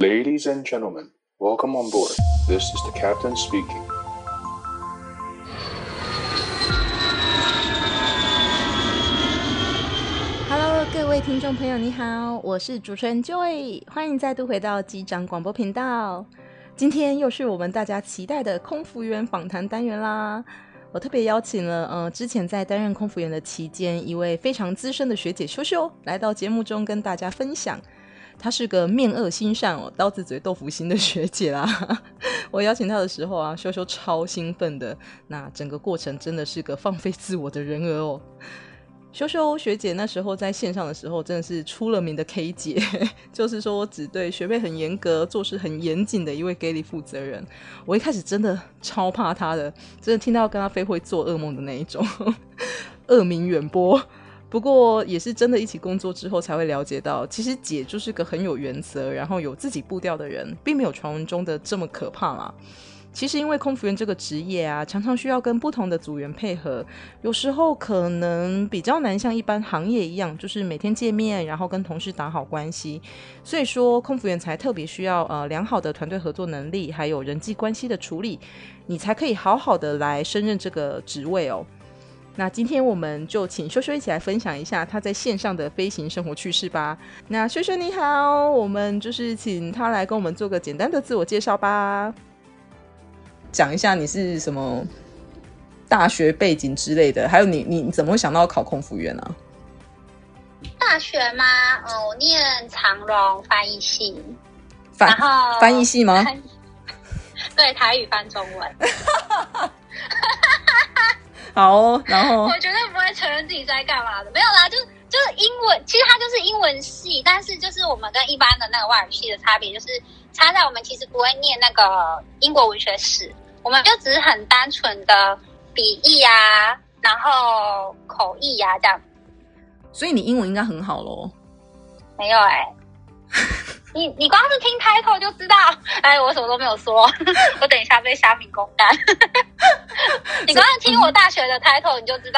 Ladies and gentlemen, welcome on board. This is the captain speaking. Hello， 各位听众朋友，你好，我是主持人 Joy， 欢迎再度回到机长广播频道。今天又是我们大家期待的空服员访谈单元啦。我特别邀请了之前在担任空服员的期间，一位非常资深的学姐修修来到节目中跟大家分享。她是个面恶心善刀子嘴豆腐心的学姐啦。我邀请她的时候啊，修修超兴奋的，那整个过程真的是个放飞自我的人儿哦。修修学姐那时候在线上的时候真的是出了名的 K 姐，就是说只对学妹很严格，做事很严谨的一位给力负责人。我一开始真的超怕她的，真的听到跟她飞会做噩梦的那一种，恶名远播。不过也是真的一起工作之后才会了解到，其实姐就是个很有原则，然后有自己步调的人，并没有传闻中的这么可怕啦。其实因为空服员这个职业啊，常常需要跟不同的组员配合，有时候可能比较难像一般行业一样，就是每天见面，然后跟同事打好关系。所以说空服员才特别需要良好的团队合作能力，还有人际关系的处理，你才可以好好的来胜任这个职位哦。那今天我们就请修修一起来分享一下他在线上的飞行生活趣事吧。那修修你好，我们就是请他来跟我们做个简单的自我介绍吧。讲一下你是什么大学背景之类的，还有你怎么会想到考空服员啊？ 大学吗？我念长荣翻译系，然后翻译系吗？ 对，台语翻中文。 好哦，然后我绝对不会承认自己在干嘛的，没有啦，就是英文，其实它就是英文系，但是就是我们跟一般的那个外语系的差别，就是差在我们其实不会念那个英国文学史，我们就只是很单纯的笔译啊，然后口译啊这样。 所以你英文应该很好咯。 没有你光是听title就知道，我什么都没有说，我等一下被虾米公干。你光是听我大学的title你就知道，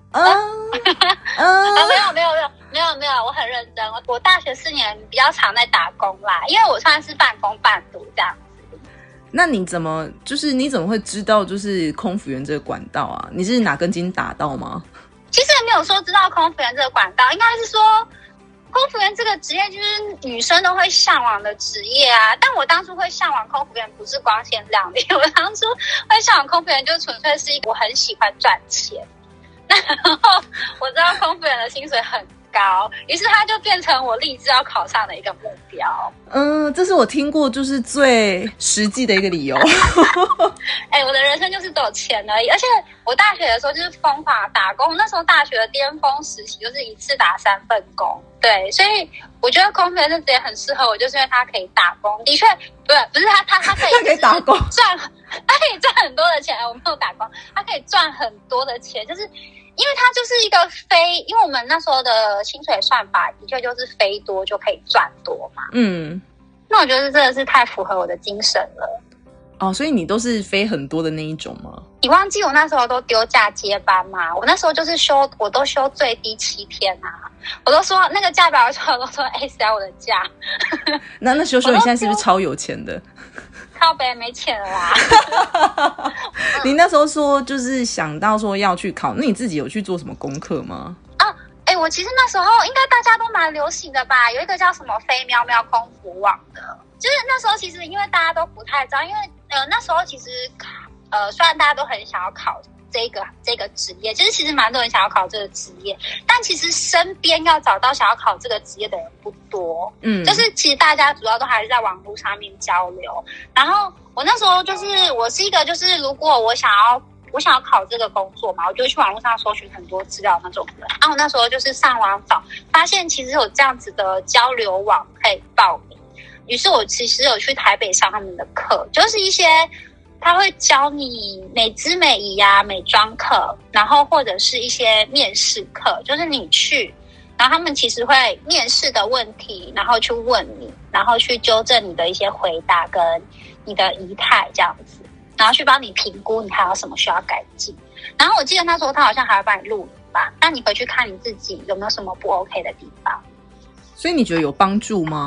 没有，我很认真。我大学4年比较常在打工啦，因为我算是半工半读这样子。 那你怎么会知道就是空服员这个管道啊？你是哪根筋打到吗？ 其实也没有说知道空服员这个管道，应该是说空服员这个职业就是女生都会向往的职业啊，但我当初会向往空服员不是光鲜亮丽，我当初会向往空服员就纯粹是我很喜欢赚钱，然后我知道空服员的薪水很高，于是它就变成我立志要考上的一个目标。 这是我听过就是最实际的一个理由。 我的人生就是只有钱而已，而且我大学的时候就是疯狂打工，那时候大学的巅峰时期就是一次打3份工。对，所以我觉得空服员这职业很适合我，就是因为它可以打工。的确，不是它可以打工它可以赚很多的钱。我没有打工，它可以赚很多的钱，就是因为它就是一个因为我们那时候的薪水算法的确就是飞多就可以赚多嘛。那我觉得真的是太符合我的精神了。 所以你都是飞很多的那一种吗？ 你忘记我那时候都丢假接班吗？我那时候就是我都休最低7天啊。我都说那个假表出来，我都说谁要我的假。 那修修你现在是不是超有钱的？ 靠北没钱了啦。 你那时候说就是想到说要去考，那你自己有去做什么功课吗？ 我其实那时候应该大家都蛮流行的吧，有一个叫什么飞喵喵空服网的，就是那时候其实因为大家都不太知道，因为那时候其实虽然大家都很想要考这个职业，其实蛮多人想要考这个职业，但其实身边要找到想要考这个职业的人不多。就是其实大家主要都还是在网络上面交流。然后我那时候就是我是一个就是如果我想要考这个工作嘛，我就去网络上搜寻很多资料那种人。然后我那时候就是上网找，发现其实有这样子的交流网可以报名。于是我其实有去台北上他们的课，就是一些他会教你美姿美仪啊、美妆课，然后或者是一些面试课，就是你去，然后他们其实会面试的问题，然后去问你，然后去纠正你的一些回答跟你的仪态这样子。然后去帮你评估你还有什么需要改进。然后我记得那时候他好像还会帮你录影吧，那你回去看你自己有没有什么不 OK 的地方。 所以你觉得有帮助吗？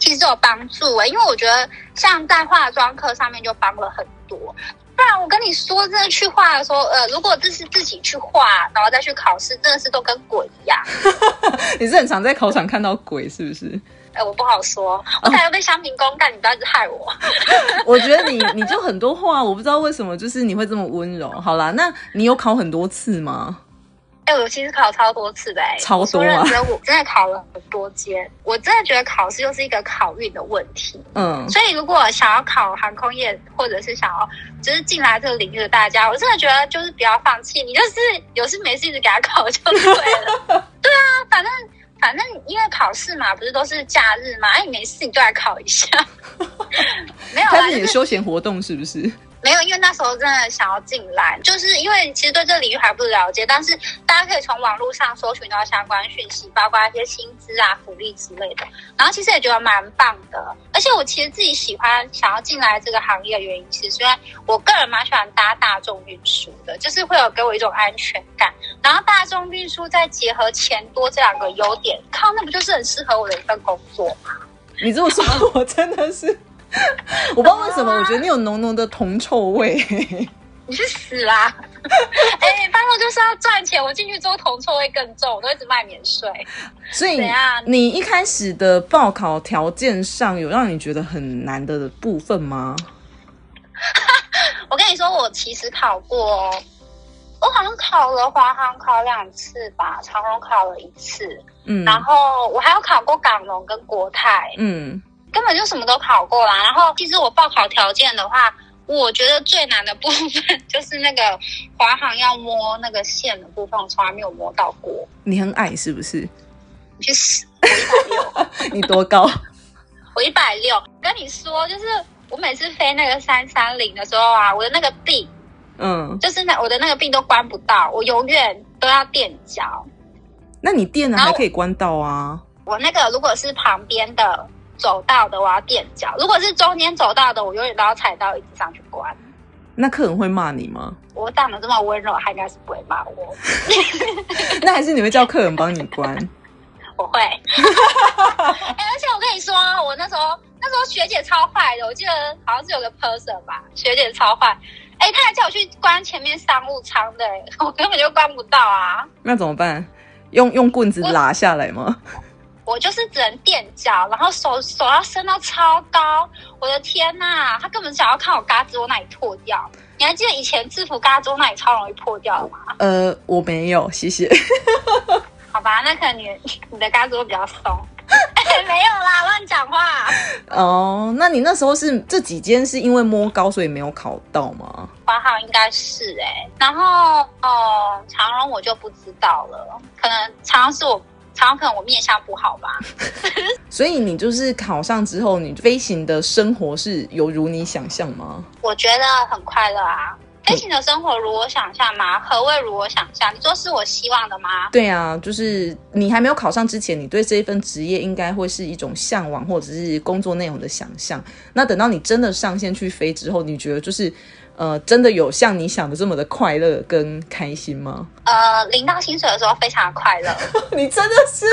其实有帮助因为我觉得像在化妆课上面就帮了很多。不然我跟你说，真的去画的时候，如果这是自己去画，然后再去考试，真的是都跟鬼一样。 你是很常在考场看到鬼是不是？ 我不好说，我才要被乡民公干，你不要一直害我。 我觉得你就很多话，我不知道为什么就是你会这么温柔。好啦，那你有考很多次吗？ 我其实考超多次的超多啊！ 我真的考了很多间，我真的觉得考试就是一个考运的问题。所以如果想要考航空业，或者是想要就是进来这个领域的大家，我真的觉得就是不要放弃，你就是有事没事一直给他考就对了。对啊，反正因为考试嘛，不是都是假日嘛，你没事你就来考一下。没有啦， 它是你的休闲活动是不是？ 没有，因为那时候真的想要进来，就是因为其实对这个领域还不了解，但是大家可以从网络上搜寻到相关讯息，包括一些薪资啊、福利之类的。然后其实也觉得蛮棒的，而且我其实自己喜欢想要进来这个行业的原因，其实因为我个人蛮喜欢搭大众运输的，就是会有给我一种安全感。然后大众运输再结合钱多这两个优点，靠，那不就是很适合我的一份工作吗？ 你这么说，我真的是。我不知道为什么，我觉得你有浓浓的铜臭味。 你去死啦！拜托就是要赚钱，我进去之后铜臭味更重，我都一直卖免税。 所以你一开始的报考条件上有让你觉得很难的部分吗？ 我跟你说，我其实考过，我好像考了华航考2次吧，长荣考了1次，然后我还有考过港龙跟国泰，根本就什么都考过啦。然后其实我报考条件的话，我觉得最难的部分就是那个华航要摸那个线的部分，我从来没有摸到过。 你很矮是不是？ 你去死！我160。 你多高？ 我160。跟你说，就是我每次飞那个330的时候啊，我的那个臂，就是我的那个臂都关不到，我永远都要垫脚。 那你垫了还可以关到啊？ 我那个如果是旁边的走道的，我要垫脚；如果是中间走道的，我永远都要踩到椅子上去关。 那客人会骂你吗？ 我长得这么温柔，他应该是不会骂我。 那还是你会叫客人帮你关？ 我会。而且我跟你说，我那时候学姐超坏的，我记得好像是有个 person 吧，学姐超坏。他还叫我去关前面商务舱的，我根本就关不到啊。 那怎么办？用棍子拉下来吗？ 我就是只能垫脚，然后手要伸到超高，我的天哪！他根本想要看我嘎吱窝那里破掉。你还记得以前制服嘎吱窝那里超容易破掉的吗？ 我没有，谢谢。 好吧，那可能你的嘎吱窝比较松。没有啦，乱讲话。 那你那时候是这几间是因为摸高所以没有考到吗？ 华航应该是然后长荣我就不知道了，可能长荣可能我面相不好吧。 所以你就是考上之后，你飞行的生活是有如你想象吗？ 我觉得很快乐啊。飞行的生活如我想象吗？何谓如我想象？你说是我希望的吗？ 对啊，就是你还没有考上之前，你对这一份职业应该会是一种向往，或者是工作内容的想象。那等到你真的上线去飞之后，你觉得就是真的有像你想的这么的快乐跟开心吗？ 领到薪水的时候非常快乐。 你真的是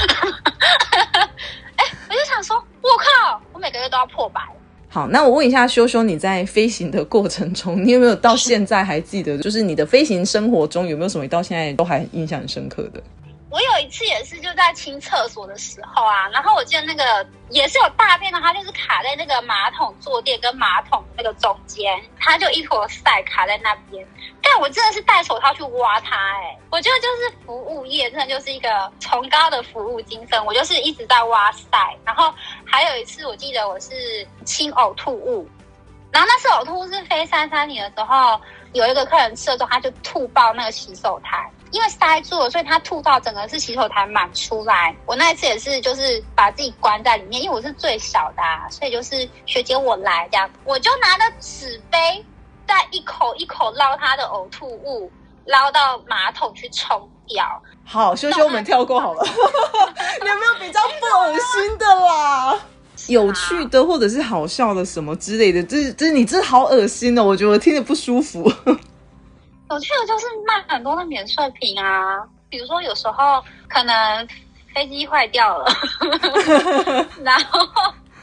我就想说，我靠，我每个月都要破百。 好，那我问一下修修，你在飞行的过程中，你有没有到现在还记得，就是你的飞行生活中有没有什么到现在都还印象很深刻的？ 我有一次也是就在清厕所的时候啊，然后我记得那个也是有大便的，它就是卡在那个马桶坐垫跟马桶那个中间，它就一坨塞卡在那边。但我真的是戴手套去挖它我觉得就是服务业真的就是一个崇高的服务精神，我就是一直在挖塞。然后还有一次我记得我是清呕吐物，然后那次呕吐物是飞330的时候，有一个客人吃了之后他就吐爆那个洗手台，因为塞住了，所以他吐到整个是洗手台满出来。我那一次也是就是把自己关在里面，因为我是最小的所以就是学姐我来这样，我就拿着纸杯再一口一口捞他的呕吐物，捞到马桶去冲掉。 好，修修我们跳过好了。你有没有比较不恶心的啦？有趣的或者是好笑的什么之类的，这你这好恶心哦，我觉得我听着不舒服。 有趣的就是卖很多的免税品啊，比如说有时候可能飞机坏掉了，然后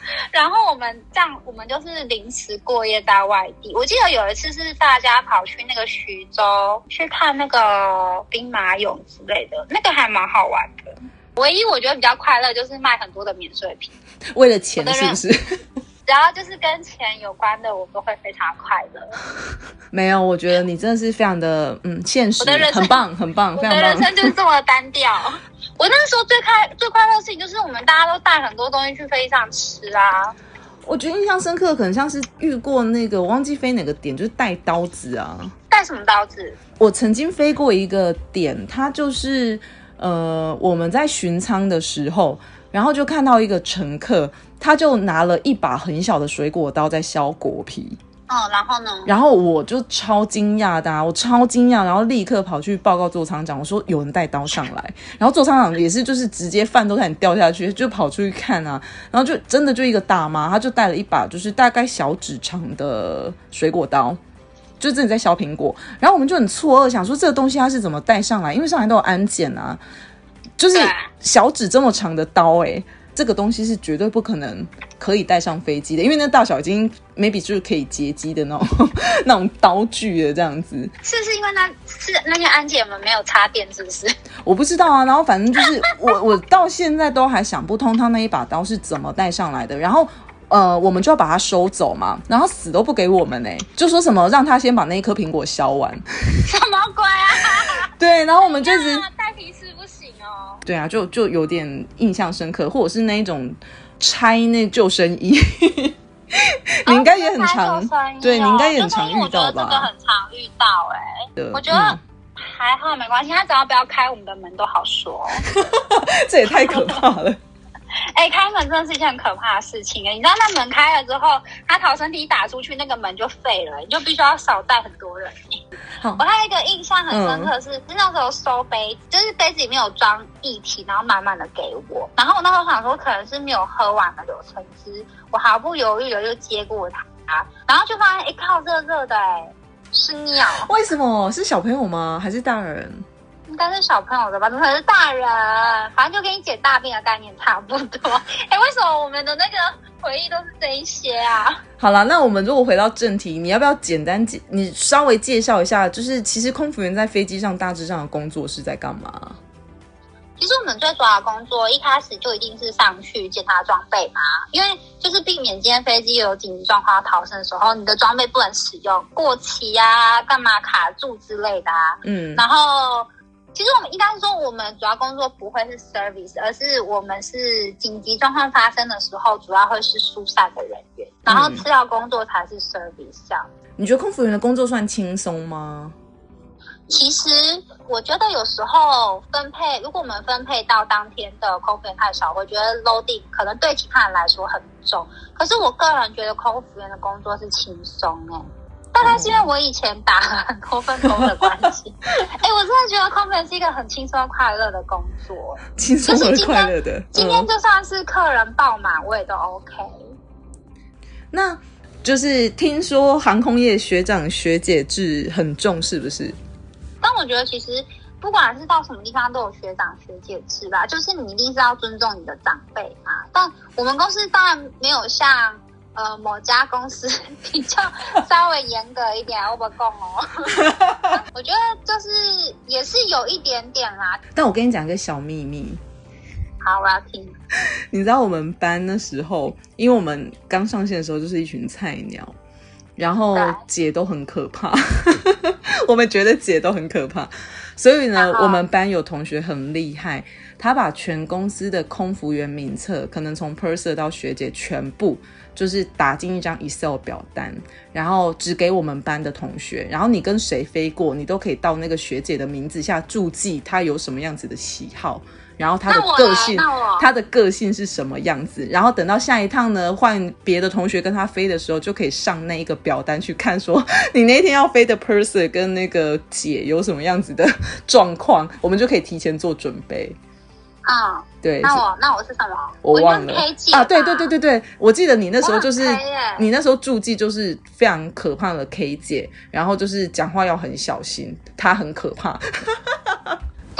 然后我们就是临时过夜在外地。我记得有一次是大家跑去那个徐州去看那个兵马俑之类的，那个还蛮好玩的。唯一我觉得比较快乐就是卖很多的免税品， 为了钱是不是？ 只要就是跟钱有关的，我都会非常快乐。 没有，我觉得你真的是非常的现实，很棒，很棒，非常棒。 我的人生就是这么单调。我那时候最快乐的事情就是我们大家都带很多东西去飞机上吃啊。 我觉得印象深刻，可能像是遇过那个我忘记飞哪个点，就是带刀子啊。 带什么刀子？ 我曾经飞过一个点，它就是我们在巡舱的时候，然后就看到一个乘客，他就拿了一把很小的水果刀在削果皮。 然后呢？ 然后我就超惊讶的啊，我超惊讶，然后立刻跑去报告座舱长，我说有人带刀上来，然后座舱长也是就是直接饭都差点掉下去，就跑出去看啊，然后就真的就一个大妈，她就带了一把就是大概小指长的水果刀，就真的在削苹果，然后我们就很错愕，想说这个东西它是怎么带上来，因为上来都有安检啊，就是小指这么长的刀这个东西是绝对不可能可以带上飞机的，因为那大小已经 maybe 就是可以截击的那种刀具了，这样子。是因为那些安检们没有插电，是不是？ 我不知道啊，然后反正就是我到现在都还想不通他那一把刀是怎么带上来的，然后我们就要把它收走嘛，然后死都不给我们就说什么让他先把那一颗苹果削完。 什么鬼啊？ 对，然后我们就一直带皮吃不行哦。 对啊，就有点印象深刻，或者是那一种拆那救生衣。你应该也很常，对，你应该也很常遇到吧？我觉得这个很常遇到我觉得还好，没关系，他只要不要开我们的门都好说。 这也太可怕了。 开门真的是一件很可怕的事情你知道那门开了之后，他逃生梯打出去，那个门就废了，你就必须要少带很多人。我还有一个印象很深刻是那时候收杯，就是杯子里面有装液体，然后满满的给我，然后我那时候想说可能是没有喝完的柳橙汁，我毫不犹豫的就接过它，然后就发现靠，热热的是尿。为什么？是小朋友吗？还是大人？应该是小朋友的吧，怎么可能是大人？反正就跟你捡大便的概念差不多。为什么我们的那个回忆都是这一些啊？好啦，那我们如果回到正题，你要不要简单你稍微介绍一下，就是其实空服员在飞机上大致上的工作是在干嘛？其实我们最主要的工作一开始就一定是上去检查装备嘛，因为就是避免今天飞机有紧急状况要逃生的时候，你的装备不能使用，过期啊，干嘛卡住之类的啊。然后其实我们应该说我们主要工作不会是 service， 而是我们是紧急状况发生的时候主要会是疏散的人员，然后次要工作才是 service 这样。你觉得空服员的工作算轻松吗？其实我觉得有时候如果我们分配到当天的空服员太少，我觉得 loading 可能对其他人来说很重，可是我个人觉得空服员的工作是轻松大概是因为我以前打了很多份工的关系。我真的觉得空服员是一个很轻松快乐的工作，轻松和快乐的。今天就算是客人爆满我也都 OK。那就是听说航空业学长学姐制很重，是不是？但我觉得其实不管是到什么地方都有学长学姐制吧，就是你一定是要尊重你的长辈嘛。但我们公司当然没有像某家公司比较稍微严格一点，我不讲我觉得就是也是有一点点啦。但我跟你讲一个小秘密。好，我要听。你知道我们班那时候，因为我们刚上线的时候就是一群菜鸟，然后姐都很可怕。我们觉得姐都很可怕，所以呢我们班有同学很厉害，他把全公司的空服员名册，可能从 purser 到学姐全部就是打进一张 Excel 表单，然后只给我们班的同学，然后你跟谁飞过，你都可以到那个学姐的名字下注记他有什么样子的喜好，然后他的个性，他的个性是什么样子，然后等到下一趟呢换别的同学跟他飞的时候，就可以上那一个表单去看说你那天要飞的 purser 跟那个姐有什么样子的状况，我们就可以提前做准备。对，那我是什么？我忘了啊！对，我记得你那时候就是你那时候注记就是非常可怕的 K 姐，然后就是讲话要很小心，她很可怕。对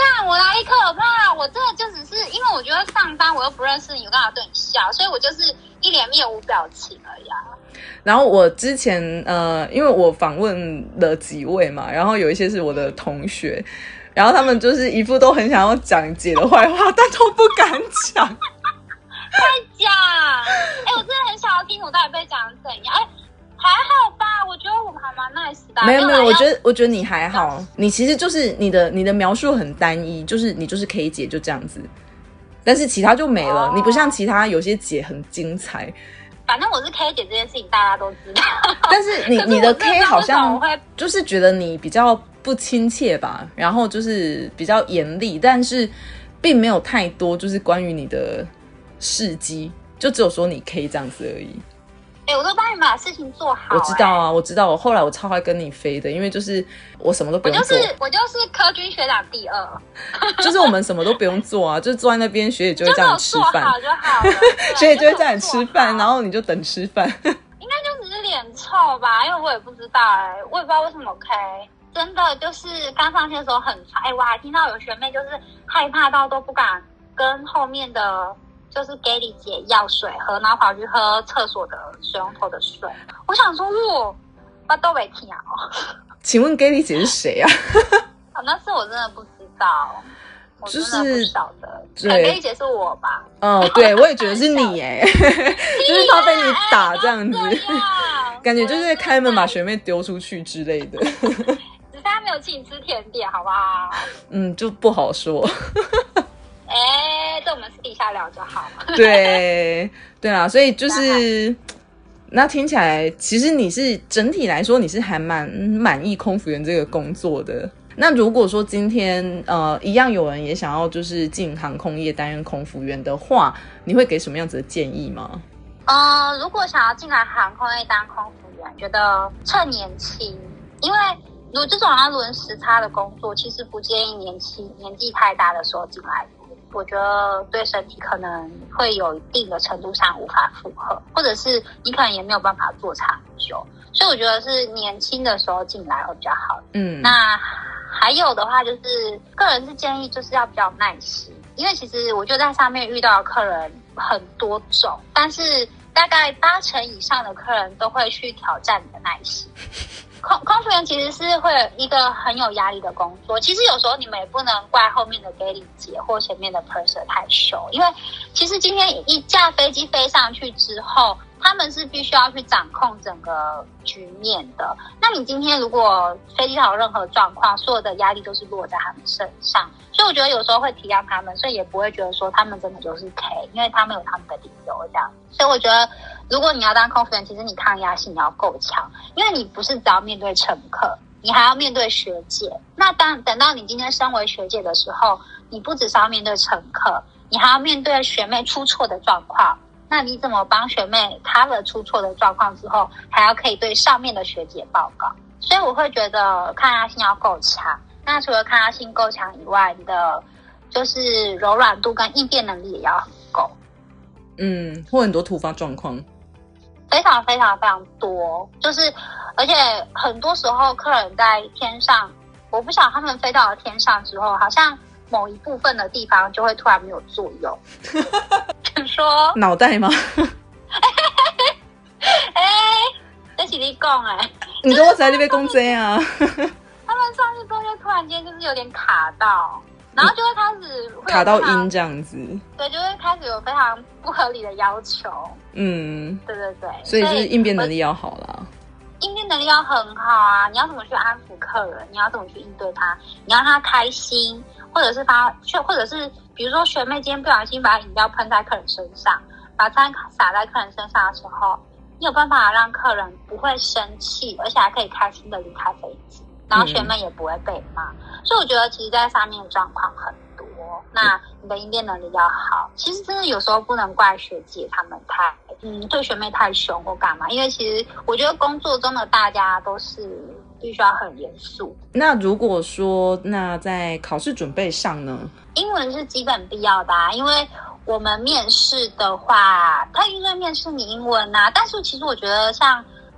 干，我哪里可怕？我真的就只是因为我觉得上班我又不认识你，我干嘛对你笑？所以我就是一脸面无表情而已啊。 然后我之前因为我访问了几位嘛，然后有一些是我的同学，然后他们就是一副都很想要讲姐的坏话，但都不敢讲。 快讲！我真的很想要听我到底被讲怎样。还好吧，我觉得我们还蛮 nice 的。 没有，我觉得你还好，你其实就是你的描述很单一，就是你就是 K 姐就这样子，但是其他就没了。你不像其他有些姐很精彩。 反正我是 K 姐这件事情大家都知道， 但是你的 K 好像就是觉得你比较不亲切吧，然后就是比较严厉，但是并没有太多就是关于你的事迹，就只有说你 K 这样子而已。 我都帮你把事情做好。 我知道啊，我知道。后来我超爱跟你飞的，因为就是我什么都不用做。 我就是科军学长第二， 就是我们什么都不用做啊，就是坐在那边，学姐就会叫你吃饭， 就好了。 学姐就会叫你吃饭，然后你就等吃饭。 应该就只是脸臭吧，因为我也不知道我也不知道为什么 K。真的就是刚上线的时候很差，我还听到有学妹就是害怕到都不敢跟后面的。就是给李姐要水喝，然后跑去喝厕所的水龙头的水。我想说，我都没听哦。 请问给李姐是谁啊？ 那是我真的不知道，我真的不晓得。给李姐是我吧？ 对，我也觉得是你耶，就是怕被你打这样子，感觉就是开门把学妹丢出去之类的。 只是他没有请你吃甜点，好不好？ 就不好说。 这我们私底下聊就好了。 对啦，所以就是那听起来，其实你是整体来说你是还蛮满意空服员这个工作的。那如果说今天一样有人也想要就是进航空业担任空服员的话，你会给什么样子的建议吗？ 如果想要进来航空业当空服员，觉得趁年轻，因为如果这种要轮时差的工作，其实不建议年纪太大的时候进来。我觉得对身体可能会有一定的程度上无法负荷，或者是你可能也没有办法做长久，所以我觉得是年轻的时候进来会比较好。那还有的话就是个人是建议就是要比较耐心，因为其实我觉得在上面遇到的客人很多种，但是大概80%以上的客人都会去挑战你的耐心。空服员其实是会有一个很有压力的工作，其实有时候你们也不能怪后面的给理姐或前面的 purser 太凶，因为其实今天一架飞机飞上去之后，他们是必须要去掌控整个局面的。那你今天如果飞机上有任何状况，所有的压力都是落在他们身上，所以我觉得有时候会体谅他们，所以也不会觉得说他们真的就是 K， 因为他们有他们的理由这样。所以我觉得如果你要当空服员，其实你抗压性要够强，因为你不是只要面对乘客，你还要面对学姐。那等到你今天身为学姐的时候，你不只是要面对乘客，你还要面对学妹出错的状况。那你怎么帮学妹 cover 出错的状况之后，还要可以对上面的学姐报告？所以我会觉得抗压性要够强。那除了抗压性够强以外，你的就是柔软度跟应变能力也要很够。 会很多突发状况， 非常非常非常多，就是而且很多时候客人在天上，我不晓得他们飞到了天上之后，好像某一部分的地方就会突然没有作用。比如说脑袋吗？ 这是你讲你跟我在那边讲这啊？ 他们上去之后就突然间就是有点卡到。然后就会开始会卡到音这样子， 对，就会开始有非常不合理的要求。对， 所以就是应变能力要好啦。 应变能力要很好啊！你要怎么去安抚客人？你要怎么去应对他？你让他开心，或者是比如说学妹今天不小心把饮料喷在客人身上，把餐洒在客人身上的时候，你有办法让客人不会生气，而且还可以开心的离开飞机。然后学妹也不会被骂，所以我觉得其实在上面的状况很多，那你的应变能力要好。其实真的有时候不能怪学姐他们对学妹太凶或干嘛，因为其实我觉得工作中的大家都是必须要很严肃。 那如果说那在考试准备上呢？ 英文是基本必要的因为我们面试的话，他一定会面试你英文但是其实我觉得像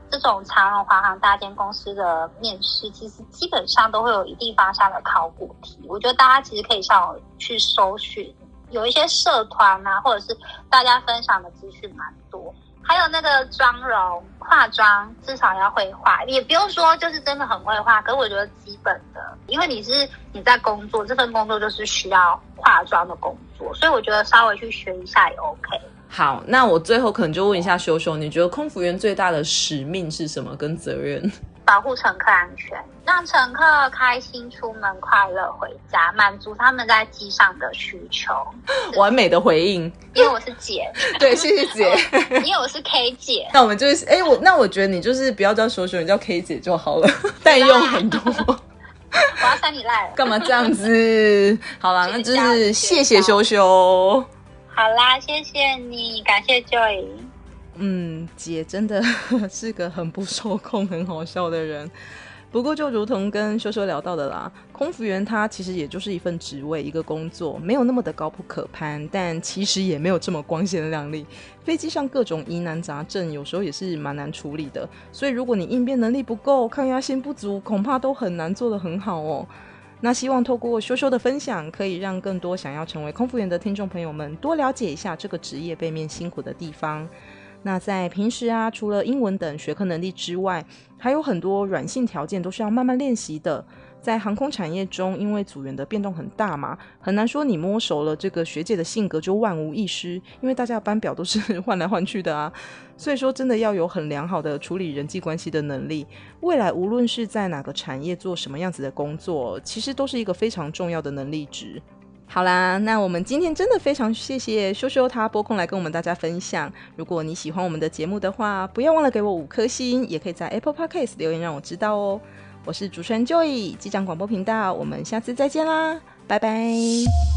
这种长荣、华航大间公司的面试，其实基本上都会有一定方向的考古题。我觉得大家其实可以上网去搜寻，有一些社团啊，或者是大家分享的资讯蛮多。还有那个妆容、化妆，至少要会画，也不用说就是真的很会画，可是我觉得基本的，因为你在工作，这份工作就是需要化妆的工作，所以我觉得稍微去学一下也 OK。 好，那我最后可能就问一下修修，你觉得空服员最大的使命是什么跟责任？ 保护乘客安全，让乘客开心出门，快乐回家，满足他们在机上的需求。 完美的回应， 因为我是姐。对， 谢谢姐。 因为我是 K 姐。 那我们就是我觉得你就是不要叫修修，你叫 K 姐就好了，代用很多。 我要删你赖了。 干嘛这样子？好啦，那就是谢谢修修。 好啦，谢谢你，感谢 Joy。 姐真的是个很不受控、很好笑的人。不过就如同跟修修聊到的啦，空服员他其实也就是一份职位，一个工作，没有那么的高不可攀，但其实也没有这么光鲜亮丽。飞机上各种疑难杂症有时候也是蛮难处理的，所以如果你应变能力不够，抗压性不足，恐怕都很难做得很好哦。那希望透过修修的分享，可以让更多想要成为空服员的听众朋友们多了解一下这个职业背面辛苦的地方。那在平时啊，除了英文等学科能力之外，还有很多软性条件都是要慢慢练习的。在航空产业中，因为组员的变动很大嘛，很难说你摸熟了这个学姐的性格就万无一失，因为大家的班表都是换来换去的啊。所以说真的要有很良好的处理人际关系的能力，未来无论是在哪个产业做什么样子的工作，其实都是一个非常重要的能力值。好啦，那我们今天真的非常谢谢修修他拨空来跟我们大家分享。如果你喜欢我们的节目的话，不要忘了给我5颗星，也可以在 Apple Podcast 留言让我知道哦。我是主持人 Joy， 机长广播频道，我们下次再见啦，拜拜。